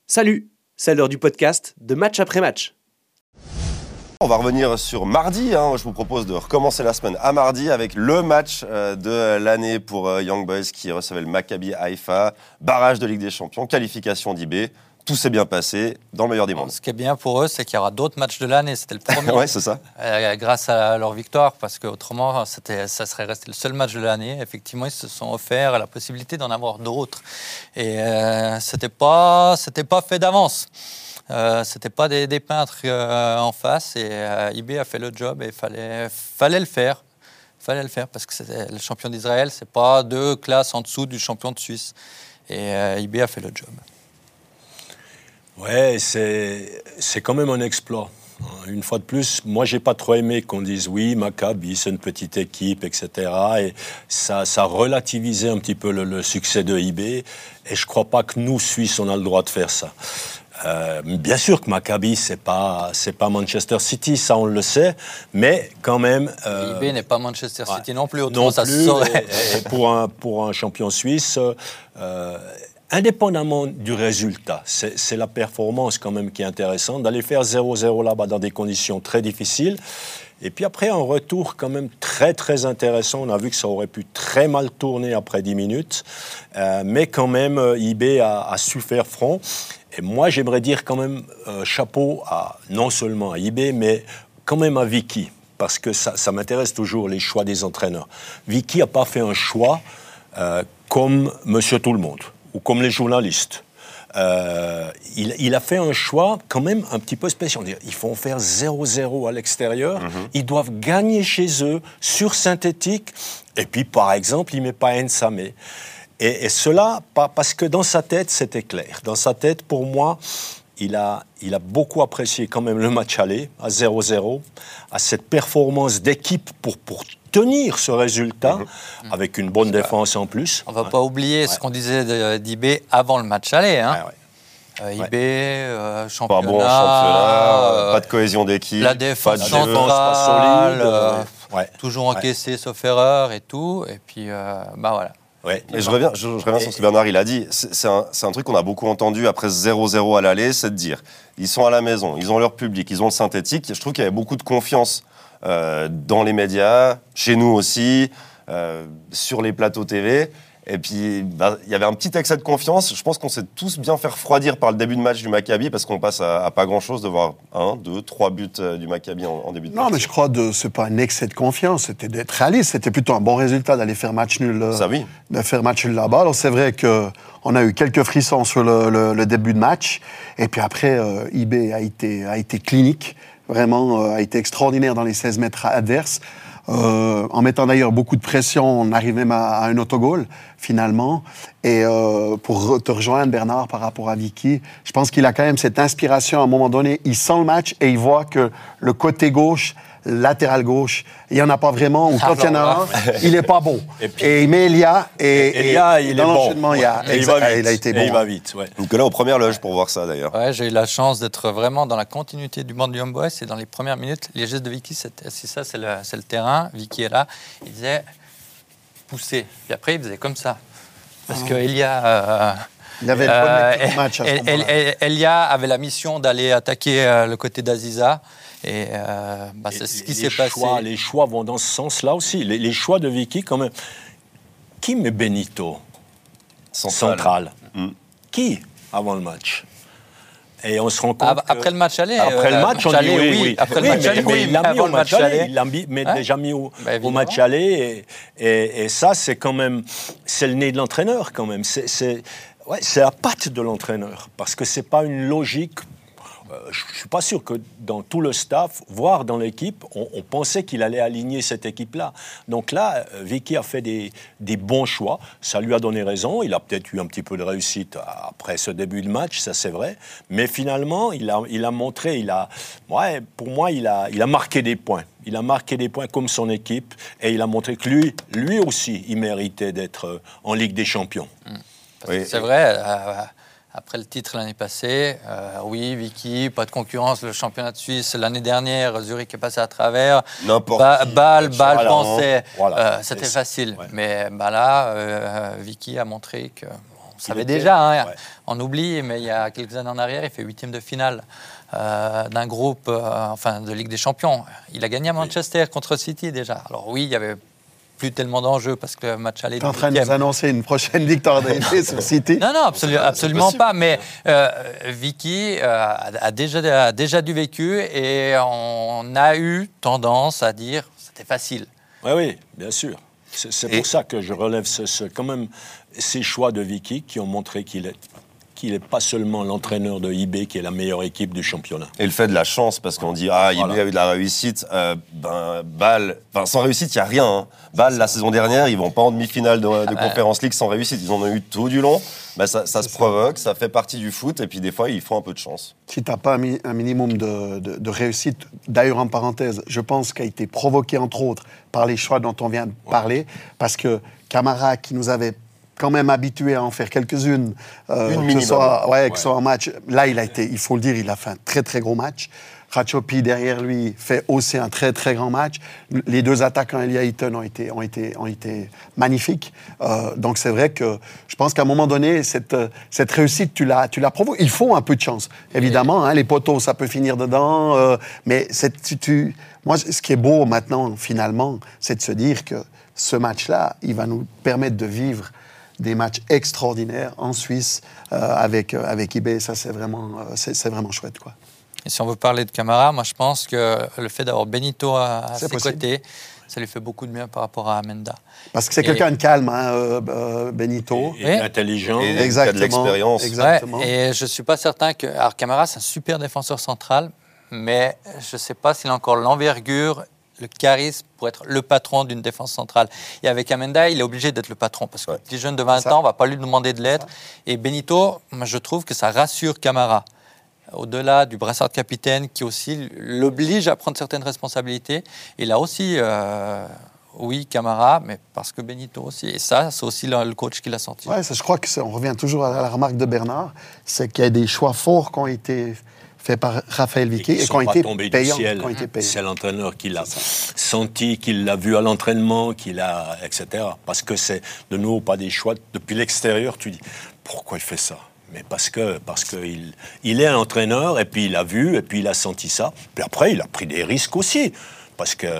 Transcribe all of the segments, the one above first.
Salut, c'est l'heure du podcast de Match après match. On va revenir sur mardi. Je vous propose de recommencer la semaine à mardi avec le match de l'année pour Young Boys qui recevait le Maccabi Haïfa. Barrage de Ligue des Champions, qualification d'IB. Tout s'est bien passé dans le meilleur des mondes. Ce qui est bien pour eux, c'est qu'il y aura d'autres matchs de l'année. C'était le premier. Ouais, c'est ça. Grâce à leur victoire, parce qu'autrement, ça serait resté le seul match de l'année. Effectivement, ils se sont offerts la possibilité d'en avoir d'autres. Et c'était pas fait d'avance. C'était pas des peintres en face. Et IB a fait le job et fallait le faire. Fallait le faire parce que c'était le champion d'Israël. C'est pas 2 classes en dessous du champion de Suisse. Et IB a fait le job. Ouais, c'est quand même un exploit. Une fois de plus, moi, j'ai pas trop aimé qu'on dise oui, Maccabi, c'est une petite équipe, etc. Et ça relativisait un petit peu le succès de IB. Et je crois pas que nous, Suisses, on a le droit de faire ça. Bien sûr que Maccabi, c'est pas Manchester City, ça on le sait, mais quand même. IB n'est pas Manchester City non plus, autrement ça se saurait. Et pour un champion suisse. Indépendamment du résultat, c'est la performance quand même qui est intéressante, d'aller faire 0-0 là-bas dans des conditions très difficiles. Et puis après, un retour quand même très, très intéressant. On a vu que ça aurait pu très mal tourner après 10 minutes. Mais quand même, IB a su faire front. Et moi, j'aimerais dire quand même chapeau non seulement à IB, mais quand même à Vicky. Parce que ça m'intéresse toujours, les choix des entraîneurs. Vicky n'a pas fait un choix comme Monsieur Tout-le-Monde ou comme les journalistes. Il a fait un choix quand même un petit peu spécial. Ils font faire 0-0 à l'extérieur. Ils doivent gagner chez eux, sur synthétique. Et puis, par exemple, il ne met pas Nsamé. Et cela, parce que dans sa tête, c'était clair. Dans sa tête, pour moi, il a beaucoup apprécié quand même le match aller à 0-0, à cette performance d'équipe pour tenir ce résultat avec une bonne défense en plus. On ne va pas oublier ce qu'on disait d'IB avant le match aller. IB, championnat, pas bon championnat, pas de cohésion d'équipe, la défense pas centrale, toujours encaissé sauf erreur et tout. Et puis, voilà. Ouais. Et je reviens sur ce que Bernard il a dit. C'est un truc qu'on a beaucoup entendu après 0-0 à l'aller, c'est de dire, ils sont à la maison, ils ont leur public, ils ont le synthétique. Je trouve qu'il y avait beaucoup de confiance dans les médias, chez nous aussi, sur les plateaux TV. Et puis, il y avait un petit excès de confiance. Je pense qu'on s'est tous bien fait refroidir par le début de match du Maccabi parce qu'on passe à pas grand-chose de voir 1, 2, 3 buts du Maccabi en début de match. Non, mais je crois que ce n'est pas un excès de confiance. C'était d'être réaliste. C'était plutôt un bon résultat d'aller faire match nul, ça, oui. de faire match nul là-bas. Alors, c'est vrai qu'on a eu quelques frissons sur le début de match. Et puis après, IB a été clinique. Vraiment, a été extraordinaire dans les 16 mètres adverses. En mettant d'ailleurs beaucoup de pression, on arrive même à un autogol, finalement. Et pour te rejoindre, Bernard, par rapport à Vicky, je pense qu'il a quand même cette inspiration. À un moment donné, il sent le match et il voit que le côté gauche, latéral gauche, il n'y en a pas vraiment. Ou quand il y en a un, il n'est pas bon. Et il met Elia. Elia, il dans est l'enchaînement, bon. il a été bon. Il va vite, ouais. Donc là, aux premières loges pour voir ça, d'ailleurs. Ouais, j'ai eu la chance d'être vraiment dans la continuité du banc de Young Boys. Et dans les premières minutes, les gestes de Vicky, c'est le terrain. Vicky est là. Il disait pousser. Puis après, il faisait comme ça. Parce que Elia... il avait le bon match à ce moment-là. Elia avait la mission d'aller attaquer le côté d'Aziza. Et c'est ce qui s'est passé. Les choix vont dans ce sens-là aussi. Les choix de Vicky, quand même. Qui met Benito central. Qui avant le match? Et on se rend compte après le match aller. Après le match, on dit oui. Après le match aller, mais il l'a mis au match aller. Il l'a déjà mis au match aller. Et ça, c'est quand même... C'est le nez de l'entraîneur, quand même. C'est la patte de l'entraîneur. Parce que c'est pas une logique... Je ne suis pas sûr que dans tout le staff, voire dans l'équipe, on pensait qu'il allait aligner cette équipe-là. Donc là, Vicky a fait des bons choix. Ça lui a donné raison. Il a peut-être eu un petit peu de réussite après ce début de match, ça c'est vrai. Mais finalement, il a montré, pour moi, il a marqué des points. Il a marqué des points comme son équipe. Et il a montré que lui aussi, il méritait d'être en Ligue des Champions. C'est vrai... Après le titre l'année passée, oui, Vicky, pas de concurrence, le championnat de Suisse l'année dernière, Zurich est passé à travers. Bâle pensait, c'était facile. Ouais. Mais là, Vicky a montré on savait déjà, hein, ouais. on oublie, mais il y a quelques années en arrière, il fait 8e de finale d'un groupe, de Ligue des Champions. Il a gagné à Manchester contre City déjà. Alors oui, il y avait plus tellement d'enjeux parce que le match allait. Tu es en train de nous annoncer une prochaine victoire d'AFC sur City? Non, absolument pas. Mais Vicky a déjà du vécu et on a eu tendance à dire c'était facile. Oui, bien sûr. C'est pour ça que je relève quand même ces choix de Vicky qui ont montré qu'il n'est pas seulement l'entraîneur de IB qui est la meilleure équipe du championnat. Et le fait de la chance, parce qu'on dit IB a eu de la réussite, Bâle, sans réussite, il n'y a rien. Hein. Bâle, la saison dernière, ils ne vont pas en demi-finale de Conference League sans réussite. Ils en ont eu tout du long. Ça se provoque, ça fait partie du foot, et puis des fois, il faut un peu de chance. Si tu n'as pas un minimum de réussite, d'ailleurs, en parenthèse, je pense qu'il a été provoqué, entre autres, par les choix dont on vient de parler, parce que Camara, qui nous avait quand même habitué à en faire quelques-unes, que ce soit en match. Là, il faut le dire, il a fait un très, très gros match. Ratchopi, derrière lui, fait aussi un très, très grand match. Les deux attaquants, Elia Eaton, ont été magnifiques. Donc, c'est vrai que je pense qu'à un moment donné, cette réussite, tu l'as provoquée. Il faut un peu de chance. Évidemment, les poteaux, ça peut finir dedans. Mais moi, ce qui est beau maintenant, finalement, c'est de se dire que ce match-là, il va nous permettre de vivre des matchs extraordinaires en Suisse avec IB. Ça, c'est vraiment chouette, quoi. Et si on veut parler de Camara, moi je pense que le fait d'avoir Benito à ses côtés, ça lui fait beaucoup de bien par rapport à Amenda. Parce que c'est quelqu'un de calme, Benito. Et intelligent. Et il a de l'expérience. Exactement. Ouais, et je ne suis pas certain que... Alors Camara, c'est un super défenseur central, mais je ne sais pas s'il a encore l'envergure, le charisme pour être le patron d'une défense centrale. Et avec Amenda, il est obligé d'être le patron, parce que petit jeune de 20 ans, on ne va pas lui demander de l'être. Et Benito, moi je trouve que ça rassure Camara. Au-delà du brassard de capitaine qui aussi l'oblige à prendre certaines responsabilités. Il a aussi, Camara, mais parce que Benito aussi. Et ça, c'est aussi le coach qui l'a senti. Ouais, je crois qu'on revient toujours à la remarque de Bernard, c'est qu'il y a des choix forts qui ont été faits par Raphaël Vicky et qui ont été payants. C'est l'entraîneur qui l'a senti, qui l'a vu à l'entraînement, etc. Parce que c'est de nouveau pas des choix. Depuis l'extérieur, tu dis, pourquoi il fait ça ? Mais parce qu'il est un entraîneur, et puis il a vu, et puis il a senti ça. Puis après, il a pris des risques aussi. Parce que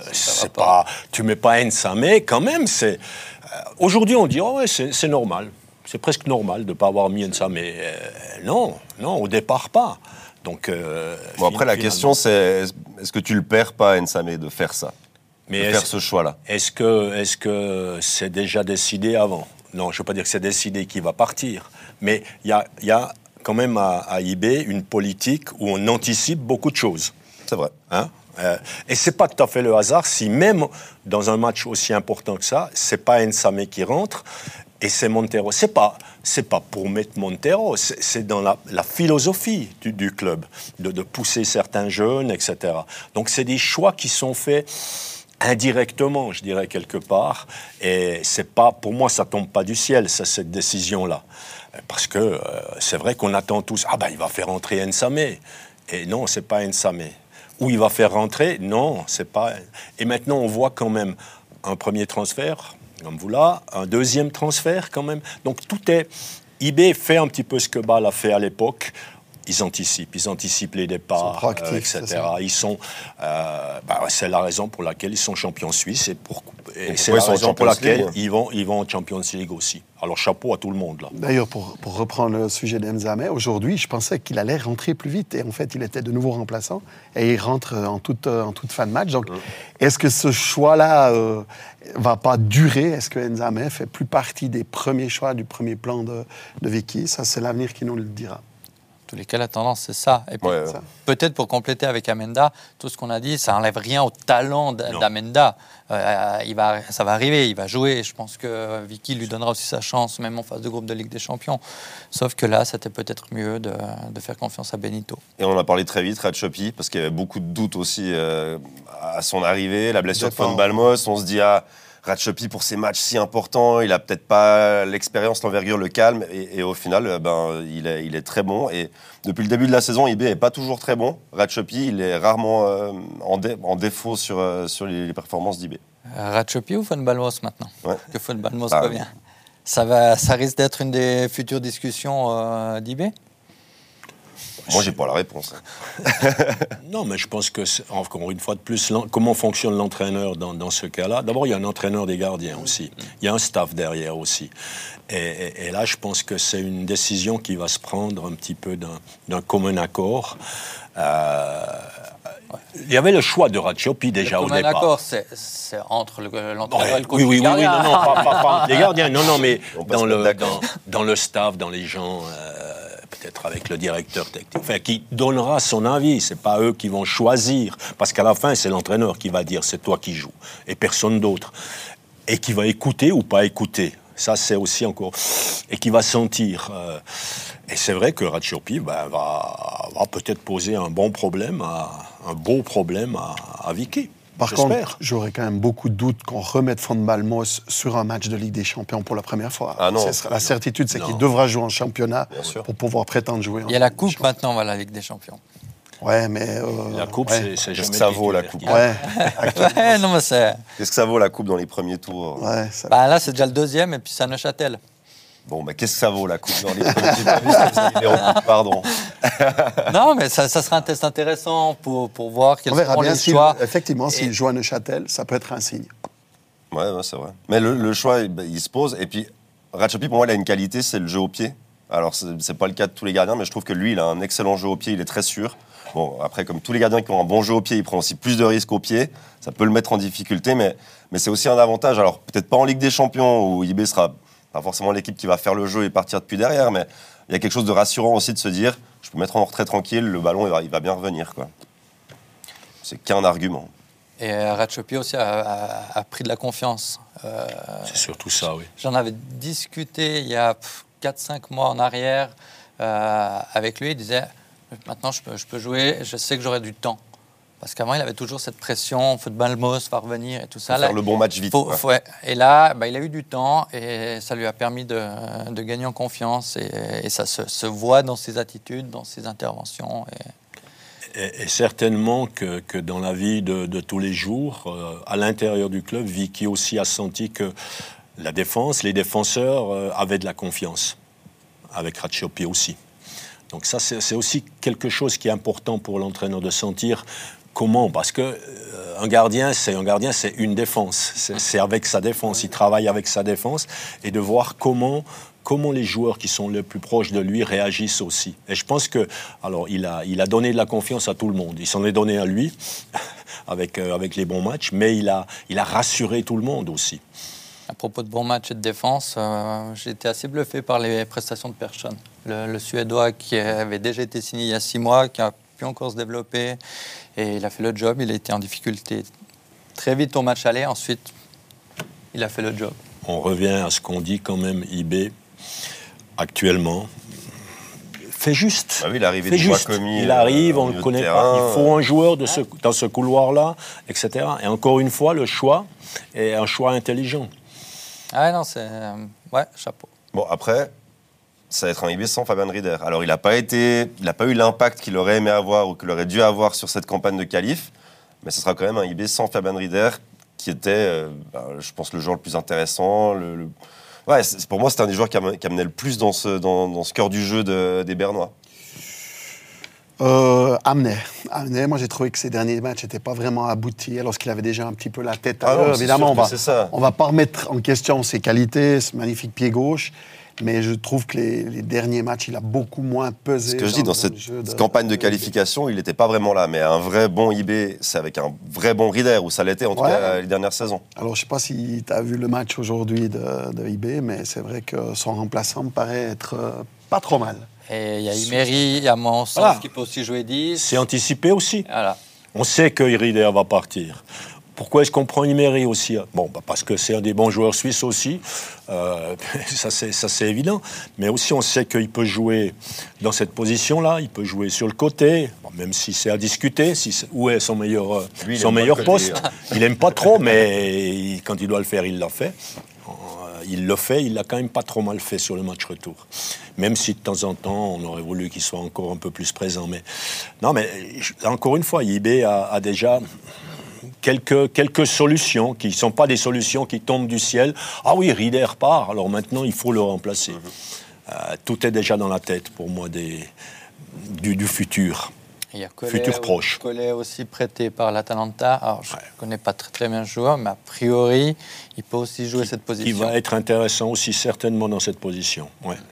tu mets pas Nsamé, quand même. Aujourd'hui, on dit, c'est normal. C'est presque normal de ne pas avoir mis Nsamé. Non, au départ, pas. Donc, après, la question, c'est est-ce que tu le perds pas, Nsamé, de faire ça, de faire ce choix-là? Est-ce que c'est déjà décidé avant? Non, je ne veux pas dire que c'est décidé qu'il va partir. Mais il y a quand même à IB une politique où on anticipe beaucoup de choses. C'est vrai. Et ce n'est pas tout à fait le hasard si même dans un match aussi important que ça, ce n'est pas Nsamé qui rentre et c'est Montero. Ce n'est pas pour mettre Montero, c'est dans la philosophie du club, de pousser certains jeunes, etc. Donc c'est des choix qui sont faits indirectement, je dirais, quelque part. Et c'est pas, pour moi, ça tombe pas du ciel, cette décision-là. Parce que c'est vrai qu'on attend tous, il va faire rentrer Nsamé. Et non, c'est pas Nsamé. Ou il va faire rentrer, non, c'est pas... Et maintenant, on voit quand même un premier transfert, comme vous là, un deuxième transfert quand même. Donc tout est... IB fait un petit peu ce que Bâle a fait à l'époque. Ils anticipent les départs, etc. Ils sont, c'est la raison pour laquelle ils sont champions suisses et c'est la raison pour laquelle ils vont en Champions League aussi. Alors chapeau à tout le monde là. D'ailleurs, pour reprendre le sujet d'Nsamé, aujourd'hui, je pensais qu'il allait rentrer plus vite et en fait, il était de nouveau remplaçant et il rentre en toute fin de match. Donc, est-ce que ce choix-là va pas durer? Est-ce que Nsamé fait plus partie des premiers choix du premier plan de Vicky? Ça, c'est l'avenir qui nous le dira. Tous les cas, la tendance, c'est ça. Et puis, peut-être pour compléter avec Amenda, tout ce qu'on a dit, ça n'enlève rien au talent d'Amenda. Ça va arriver, il va jouer. Je pense que Vicky lui donnera aussi sa chance, même en phase de groupe de Ligue des Champions. Sauf que là, c'était peut-être mieux de faire confiance à Benito. Et on en a parlé très vite, Ratchopi, parce qu'il y avait beaucoup de doutes aussi à son arrivée. La blessure de Von Balmos, on se dit... Ratchopi, pour ces matchs si importants, il n'a peut-être pas l'expérience, l'envergure, le calme. Et au final, il est très bon. Et depuis le début de la saison, IB n'est pas toujours très bon. Ratchopi, il est rarement en défaut sur les performances d'IB. Ratchopi ou Von Balmos maintenant? Que Von Balmos revient. Ça risque d'être une des futures discussions d'IB. Moi, j'ai pas la réponse. Non, mais je pense que, encore une fois de plus, comment fonctionne l'entraîneur dans ce cas-là? D'abord, il y a un entraîneur des gardiens aussi. Il y a un staff derrière aussi. Et là, je pense que c'est une décision qui va se prendre un petit peu d'un commun accord. Il y avait le choix de Ratiopi déjà au départ. Le commun accord, c'est entre l'entraîneur et le coach oui, du gardien. non, pas entre les gardiens. Non, mais On peut se mettre d'accord. dans le staff, dans les gens... peut-être avec le directeur technique, enfin, qui donnera son avis. C'est pas eux qui vont choisir, parce qu'à la fin, c'est l'entraîneur qui va dire c'est toi qui joues et personne d'autre, et qui va écouter ou pas écouter. Ça, c'est aussi encore et qui va sentir. Et c'est vrai que Ratiopi va peut-être poser un beau problème à Vicky. Par contre, j'aurais quand même beaucoup de doutes qu'on remette Van Balmos sur un match de Ligue des Champions pour la première fois. Ah non. La certitude, c'est qu'il devra jouer en championnat pour pouvoir prétendre jouer en Il y a la Coupe maintenant, voilà, la Ligue des Champions. Ouais, mais... la Coupe, ouais. c'est Qu'est-ce jamais... que ça vaut, la Coupe? Ouais. Ouais, non, mais c'est... Qu'est-ce que ça vaut, la Coupe, dans les premiers tours? Ouais, ça... Bah, là, c'est déjà le deuxième, et puis c'est à Neuchâtel. Bon, mais qu'est-ce que ça vaut, la Coupe, dans les premiers tours? Pardon. Non, mais ça sera un test intéressant pour voir quels On verra seront bien les si, choix. effectivement, s'il joue à Neuchâtel, ça peut être un signe. Ouais, c'est vrai. Mais le choix, il se pose. Et puis, Ratiopi, pour moi, il a une qualité, c'est le jeu au pied. Alors, c'est pas le cas de tous les gardiens, mais je trouve que lui, il a un excellent jeu au pied, il est très sûr. Bon, après, comme tous les gardiens qui ont un bon jeu au pied, il prend aussi plus de risques au pied. Ça peut le mettre en difficulté, mais c'est aussi un avantage. Alors, peut-être pas en Ligue des Champions, où IB sera pas forcément l'équipe qui va faire le jeu et partir depuis derrière, mais il y a quelque chose de rassurant aussi de se dire, je peux mettre en retrait tranquille, le ballon, il va bien revenir, quoi. C'est qu'un argument. Et Ratiopi aussi a pris de la confiance. C'est surtout ça, oui. J'en avais discuté il y a 4-5 mois en arrière avec lui. Il disait, maintenant je peux jouer, je sais que j'aurai du temps. Parce qu'avant, il avait toujours cette pression, Football Moss va revenir et tout ça. Faut faire le bon match vite. Ouais. Et là, il a eu du temps et ça lui a permis de gagner en confiance. Et ça se voit dans ses attitudes, dans ses interventions. Et certainement que dans la vie de tous les jours, à l'intérieur du club, Vicky aussi a senti que la défense, les défenseurs avaient de la confiance, avec Ratiopi aussi. Donc ça, c'est aussi quelque chose qui est important pour l'entraîneur de sentir comment, parce que un gardien, c'est une défense, c'est avec sa défense, il travaille avec sa défense, et de voir comment les joueurs qui sont les plus proches de lui réagissent aussi. Et je pense que, alors, il a donné de la confiance à tout le monde. Il s'en est donné à lui, avec les bons matchs, mais il a rassuré tout le monde aussi. À propos de bons matchs et de défense, j'ai été assez bluffé par les prestations de Persson. Le Suédois qui avait déjà été signé il y a 6 mois, qui a pu encore se développer, et il a fait le job. Il a été en difficulté très vite au match aller. Ensuite, il a fait le job. On revient à ce qu'on dit quand même, IB, actuellement. Fait juste. Bah oui, l'arrivée de Bois-Commis, il arrive, on ne le connaît pas. Il faut un joueur dans ce couloir-là, etc. Et encore une fois, le choix est un choix intelligent. Ah non, c'est... ouais, chapeau. Bon, après, ça va être un IB sans Fabian Rieder. Alors, il n'a pas eu l'impact qu'il aurait aimé avoir ou qu'il aurait dû avoir sur cette campagne de qualif, mais ce sera quand même un IB sans Fabian Rieder qui était, je pense, le joueur le plus intéressant. Ouais, pour moi, c'était un des joueurs qui amenait le plus dans ce cœur du jeu des Bernois. Amenait. Moi, j'ai trouvé que ces derniers matchs n'étaient pas vraiment aboutis, alors qu'il avait déjà un petit peu la tête à l'heure. Évidemment, on va pas remettre en question ses qualités, ce magnifique pied gauche, mais je trouve que les derniers matchs, il a beaucoup moins pesé. Ce que je dis, dans cette campagne de qualification, il n'était pas vraiment là, mais un vrai bon IB, c'est avec un vrai bon Rieder, où ça l'était en tout cas les dernières saisons. Alors, je ne sais pas si tu as vu le match aujourd'hui de IB, mais c'est vrai que son remplaçant me paraît être pas trop mal. Et il y a Imery, à mon sens, qui peut aussi jouer 10. C'est anticipé aussi. Voilà. On sait que Rieder va partir. Pourquoi est-ce qu'on prend Imery aussi? Bon, parce que c'est un des bons joueurs suisses aussi. Ça, c'est évident. Mais aussi, on sait qu'il peut jouer dans cette position-là. Il peut jouer sur le côté, même si c'est à discuter. Où est son meilleur poste? Il n'aime pas trop, mais quand il doit le faire, il l'a fait. Il le fait, il l'a quand même pas trop mal fait sur le match retour. Même si de temps en temps, on aurait voulu qu'il soit encore un peu plus présent. Mais non, mais encore une fois, IB a déjà quelques solutions qui ne sont pas des solutions qui tombent du ciel. Ah oui, Rieder part, alors maintenant il faut le remplacer. Tout est déjà dans la tête pour moi du futur. Il y a Futur proche. Collet aussi prêté par l'Atalanta. Alors, je ne connais pas très bien le joueur, mais a priori, il peut aussi jouer cette position. Il va être intéressant aussi certainement dans cette position. Ouais.